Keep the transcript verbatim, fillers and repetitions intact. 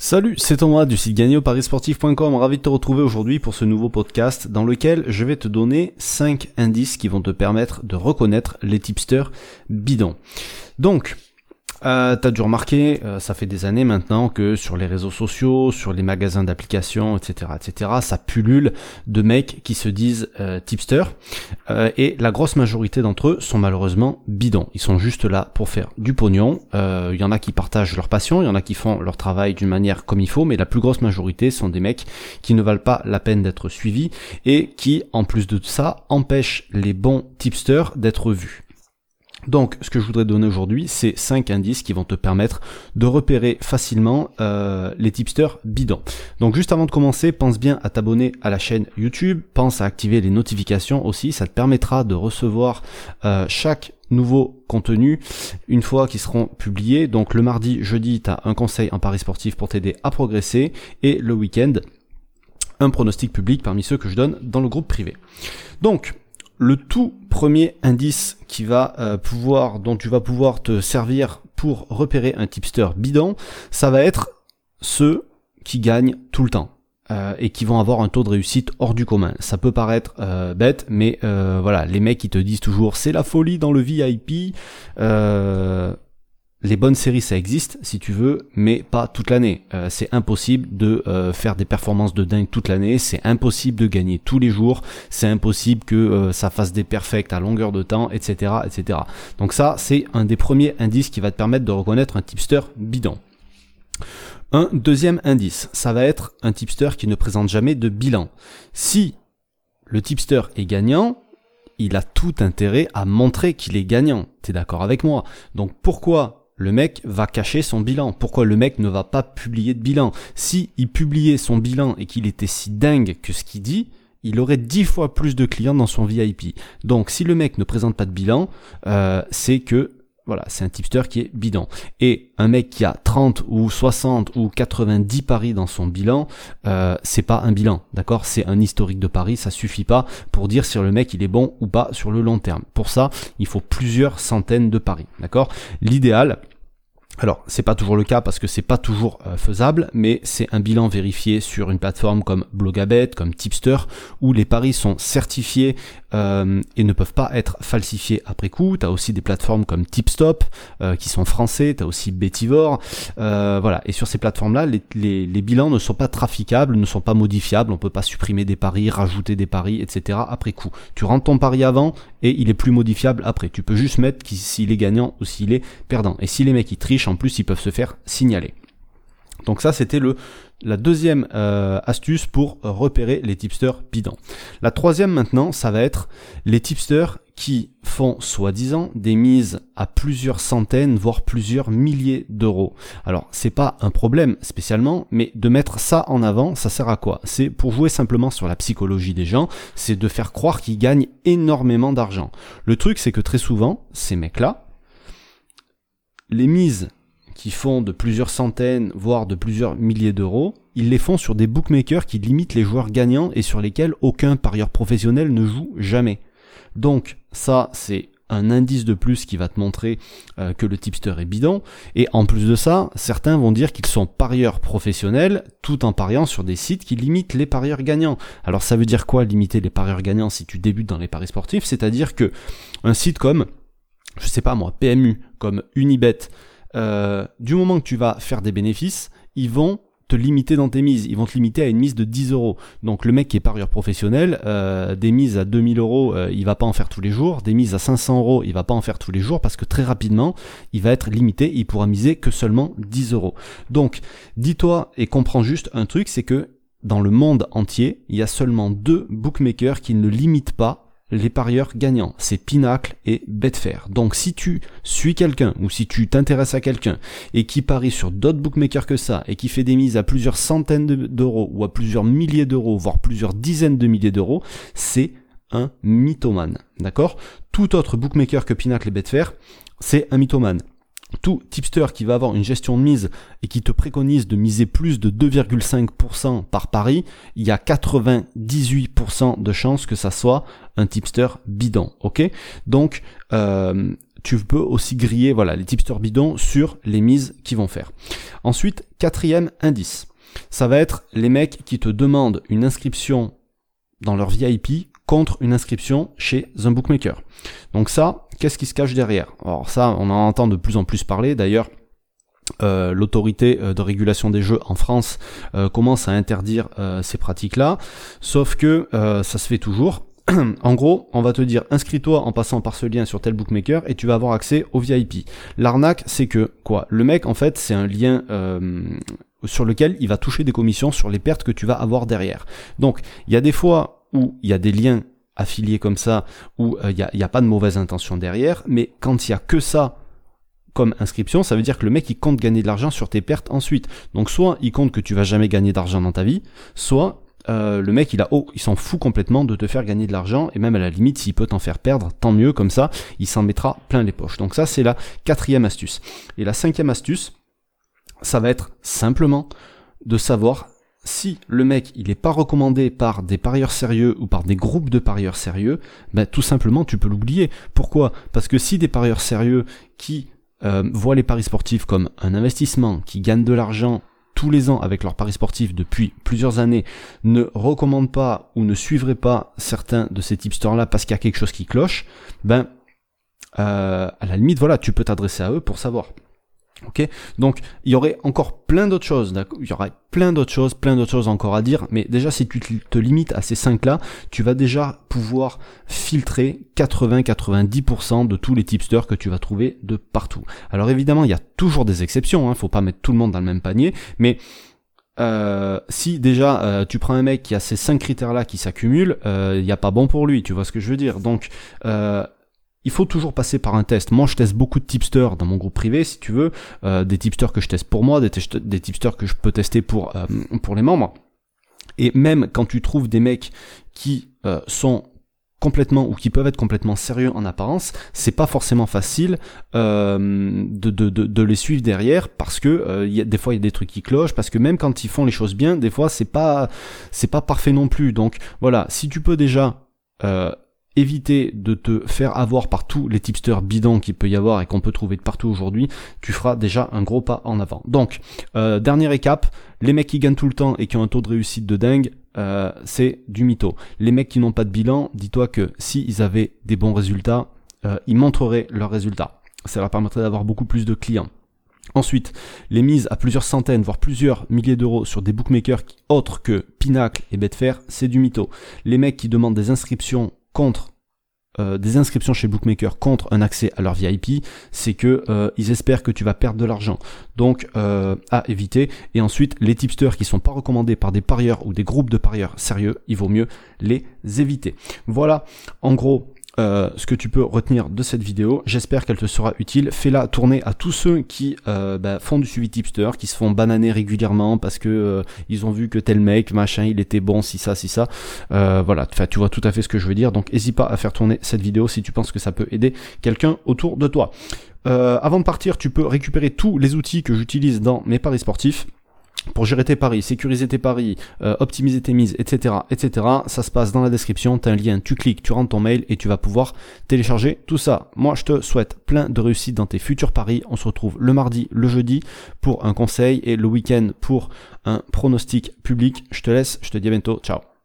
Salut, c'est Thomas du site gagner au paris sportif point com, ravi de te retrouver aujourd'hui pour ce nouveau podcast dans lequel je vais te donner cinq indices qui vont te permettre de reconnaître les tipsters bidons. Donc, Euh, t'as dû remarquer, euh, ça fait des années maintenant que sur les réseaux sociaux, sur les magasins d'applications, et cetera, et cetera, ça pullule de mecs qui se disent euh, tipsters, euh, et la grosse majorité d'entre eux sont malheureusement bidons. Ils sont juste là pour faire du pognon. Il euh, y en a qui partagent leur passion, il y en a qui font leur travail d'une manière comme il faut, mais la plus grosse majorité sont des mecs qui ne valent pas la peine d'être suivis et qui, en plus de ça, empêchent les bons tipsters d'être vus. Donc, ce que je voudrais te donner aujourd'hui, c'est cinq indices qui vont te permettre de repérer facilement euh, les tipsters bidons. Donc, juste avant de commencer, pense bien à t'abonner à la chaîne YouTube, pense à activer les notifications aussi, ça te permettra de recevoir euh, chaque nouveau contenu une fois qu'ils seront publiés. Donc, le mardi, jeudi, tu as un conseil en paris sportif pour t'aider à progresser, et le week-end, un pronostic public parmi ceux que je donne dans le groupe privé. Donc, le tout premier indice qui va euh, pouvoir, dont tu vas pouvoir te servir pour repérer un tipster bidon, ça va être ceux qui gagnent tout le temps euh, et qui vont avoir un taux de réussite hors du commun. Ça peut paraître euh, bête, mais euh, voilà, les mecs qui te disent toujours c'est la folie dans le V I P. Euh, Les bonnes séries, ça existe, si tu veux, mais pas toute l'année. Euh, c'est impossible de euh, faire des performances de dingue toute l'année, c'est impossible de gagner tous les jours, c'est impossible que euh, ça fasse des perfects à longueur de temps, et cetera, et cetera. Donc ça, c'est un des premiers indices qui va te permettre de reconnaître un tipster bidon. Un deuxième indice, ça va être un tipster qui ne présente jamais de bilan. Si le tipster est gagnant, il a tout intérêt à montrer qu'il est gagnant. T'es d'accord avec moi? Donc pourquoi le mec va cacher son bilan? Pourquoi le mec ne va pas publier de bilan? Si il publiait son bilan et qu'il était si dingue que ce qu'il dit, il aurait dix fois plus de clients dans son V I P. Donc si le mec ne présente pas de bilan, euh, c'est que voilà, c'est un tipster qui est bidon. Et un mec qui a trente ou soixante ou quatre-vingt-dix paris dans son bilan, euh, c'est pas un bilan, d'accord? C'est un historique de paris, ça suffit pas pour dire si le mec il est bon ou pas sur le long terme. Pour ça, il faut plusieurs centaines de paris, d'accord? L'idéal, alors c'est pas toujours le cas parce que c'est pas toujours euh, faisable, mais c'est un bilan vérifié sur une plateforme comme Blogabet, comme Tipster, où les paris sont certifiés euh, et ne peuvent pas être falsifiés après coup. T'as aussi des plateformes comme Tipstop euh, qui sont français, t'as aussi Betivore, euh, voilà. Et sur ces plateformes-là, les, les, les bilans ne sont pas traficables, ne sont pas modifiables, on peut pas supprimer des paris, rajouter des paris, et cetera après coup. Tu rentres ton pari avant et il est plus modifiable après. Tu peux juste mettre qui, s'il est gagnant ou s'il est perdant. Et si les mecs ils trichent, en plus ils peuvent se faire signaler. Donc ça c'était le la deuxième euh, astuce pour repérer les tipsters bidons. La troisième maintenant, ça va être les tipsters qui font soi-disant des mises à plusieurs centaines voire plusieurs milliers d'euros. Alors c'est pas un problème spécialement, mais de mettre ça en avant, ça sert à quoi? C'est pour jouer simplement sur la psychologie des gens, c'est de faire croire qu'ils gagnent énormément d'argent. Le truc c'est que très souvent, ces mecs-là, les mises qui font de plusieurs centaines, voire de plusieurs milliers d'euros, ils les font sur des bookmakers qui limitent les joueurs gagnants et sur lesquels aucun parieur professionnel ne joue jamais. Donc ça, c'est un indice de plus qui va te montrer euh, que le tipster est bidon. Et en plus de ça, certains vont dire qu'ils sont parieurs professionnels tout en pariant sur des sites qui limitent les parieurs gagnants. Alors ça veut dire quoi limiter les parieurs gagnants si tu débutes dans les paris sportifs? C'est-à-dire que un site comme, je sais pas moi, P M U, comme Unibet, Euh, du moment que tu vas faire des bénéfices, ils vont te limiter dans tes mises, ils vont te limiter à une mise de dix euros. Donc le mec qui est parieur professionnel, euh, des mises à deux mille euros, euh, il va pas en faire tous les jours, des mises à cinq cents euros, il va pas en faire tous les jours parce que très rapidement, il va être limité, il pourra miser que seulement dix euros. Donc dis-toi et comprends juste un truc, c'est que dans le monde entier, il y a seulement deux bookmakers qui ne limitent pas les parieurs gagnants, c'est Pinacle et Betfair. Donc si tu suis quelqu'un ou si tu t'intéresses à quelqu'un et qui parie sur d'autres bookmakers que ça et qui fait des mises à plusieurs centaines d'euros ou à plusieurs milliers d'euros, voire plusieurs dizaines de milliers d'euros, c'est un mythomane, d'accord? Tout autre bookmaker que Pinacle et Betfair, c'est un mythomane. tout tipster qui va avoir une gestion de mise et qui te préconise de miser plus de deux virgule cinq pour cent par pari, il y a quatre-vingt-dix-huit pour cent de chances que ça soit un tipster bidon, ok? Donc, euh, tu peux aussi griller, voilà, les tipsters bidons sur les mises qu'ils vont faire. Ensuite, quatrième indice, ça va être les mecs qui te demandent une inscription dans leur V I P contre une inscription chez un bookmaker. Donc ça, qu'est-ce qui se cache derrière? Alors ça, on en entend de plus en plus parler. D'ailleurs, euh, l'autorité de régulation des jeux en France euh, commence à interdire euh, ces pratiques-là. Sauf que euh, ça se fait toujours. En gros, on va te dire, inscris-toi en passant par ce lien sur tel bookmaker et tu vas avoir accès au V I P. L'arnaque, c'est que, quoi, le mec, en fait, c'est un lien euh, sur lequel il va toucher des commissions sur les pertes que tu vas avoir derrière. Donc, il y a des fois où il y a des liens affiliés comme ça, où il euh, n'y a, a pas de mauvaise intention derrière, mais quand il y a que ça comme inscription, ça veut dire que le mec il compte gagner de l'argent sur tes pertes ensuite. Donc soit il compte que tu vas jamais gagner d'argent dans ta vie, soit euh, le mec il a oh, il s'en fout complètement de te faire gagner de l'argent, et même à la limite s'il peut t'en faire perdre, tant mieux, comme ça il s'en mettra plein les poches. Donc ça c'est la quatrième astuce. Et la cinquième astuce, ça va être simplement de savoir si le mec il est pas recommandé par des parieurs sérieux ou par des groupes de parieurs sérieux, ben tout simplement tu peux l'oublier. Pourquoi? Parce que si des parieurs sérieux qui euh, voient les paris sportifs comme un investissement, qui gagnent de l'argent tous les ans avec leurs paris sportifs depuis plusieurs années, ne recommandent pas ou ne suivraient pas certains de ces tipsters là parce qu'il y a quelque chose qui cloche, ben euh, à la limite voilà, tu peux t'adresser à eux pour savoir. Ok, donc il y aurait encore plein d'autres choses, d'accord, il y aurait plein d'autres choses, plein d'autres choses encore à dire, mais déjà si tu te limites à ces cinq là, tu vas déjà pouvoir filtrer quatre-vingts à quatre-vingt-dix pour cent de tous les tipsters que tu vas trouver de partout. Alors évidemment, il y a toujours des exceptions, hein, faut pas mettre tout le monde dans le même panier, mais Euh, si déjà euh, tu prends un mec qui a ces cinq critères là qui s'accumulent, il euh, y a pas bon pour lui, tu vois ce que je veux dire. Donc euh, il faut toujours passer par un test. Moi, je teste beaucoup de tipsters dans mon groupe privé, si tu veux, euh, des tipsters que je teste pour moi, des, te- des tipsters que je peux tester pour euh, pour les membres. Et même quand tu trouves des mecs qui euh, sont complètement ou qui peuvent être complètement sérieux en apparence, c'est pas forcément facile euh, de, de, de, de les suivre derrière, parce que euh, y a, des fois il y a des trucs qui clochent, parce que même quand ils font les choses bien, des fois c'est pas c'est pas parfait non plus. Donc voilà, si tu peux déjà euh, éviter de te faire avoir par tous les tipsters bidons qu'il peut y avoir et qu'on peut trouver de partout aujourd'hui, tu feras déjà un gros pas en avant. Donc, euh, dernier récap, les mecs qui gagnent tout le temps et qui ont un taux de réussite de dingue, euh, c'est du mytho. Les mecs qui n'ont pas de bilan, dis-toi que s'ils avaient des bons résultats, euh, ils montreraient leurs résultats. Ça leur permettrait d'avoir beaucoup plus de clients. Ensuite, les mises à plusieurs centaines, voire plusieurs milliers d'euros sur des bookmakers autres que Pinacle et Betfair, c'est du mytho. Les mecs qui demandent des inscriptions contre euh, des inscriptions chez Bookmaker contre un accès à leur V I P, c'est que euh, ils espèrent que tu vas perdre de l'argent. Donc euh, à éviter. Et ensuite, les tipsters qui sont pas recommandés par des parieurs ou des groupes de parieurs sérieux, il vaut mieux les éviter. Voilà, en gros, Euh, ce que tu peux retenir de cette vidéo. J'espère qu'elle te sera utile. Fais-la tourner à tous ceux qui euh, bah, font du suivi tipster, qui se font bananer régulièrement parce que euh, ils ont vu que tel mec, machin, il était bon, si ça, si ça. Euh, voilà, enfin, tu vois tout à fait ce que je veux dire. Donc, n'hésite pas à faire tourner cette vidéo si tu penses que ça peut aider quelqu'un autour de toi. Euh, avant de partir, tu peux récupérer tous les outils que j'utilise dans mes paris sportifs pour gérer tes paris, sécuriser tes paris, euh, optimiser tes mises, et cetera, et cetera. Ça se passe dans la description, t'as un lien, tu cliques, tu rentres ton mail et tu vas pouvoir télécharger tout ça. Moi, je te souhaite plein de réussite dans tes futurs paris. On se retrouve le mardi, le jeudi pour un conseil et le week-end pour un pronostic public. Je te laisse, je te dis à bientôt, ciao.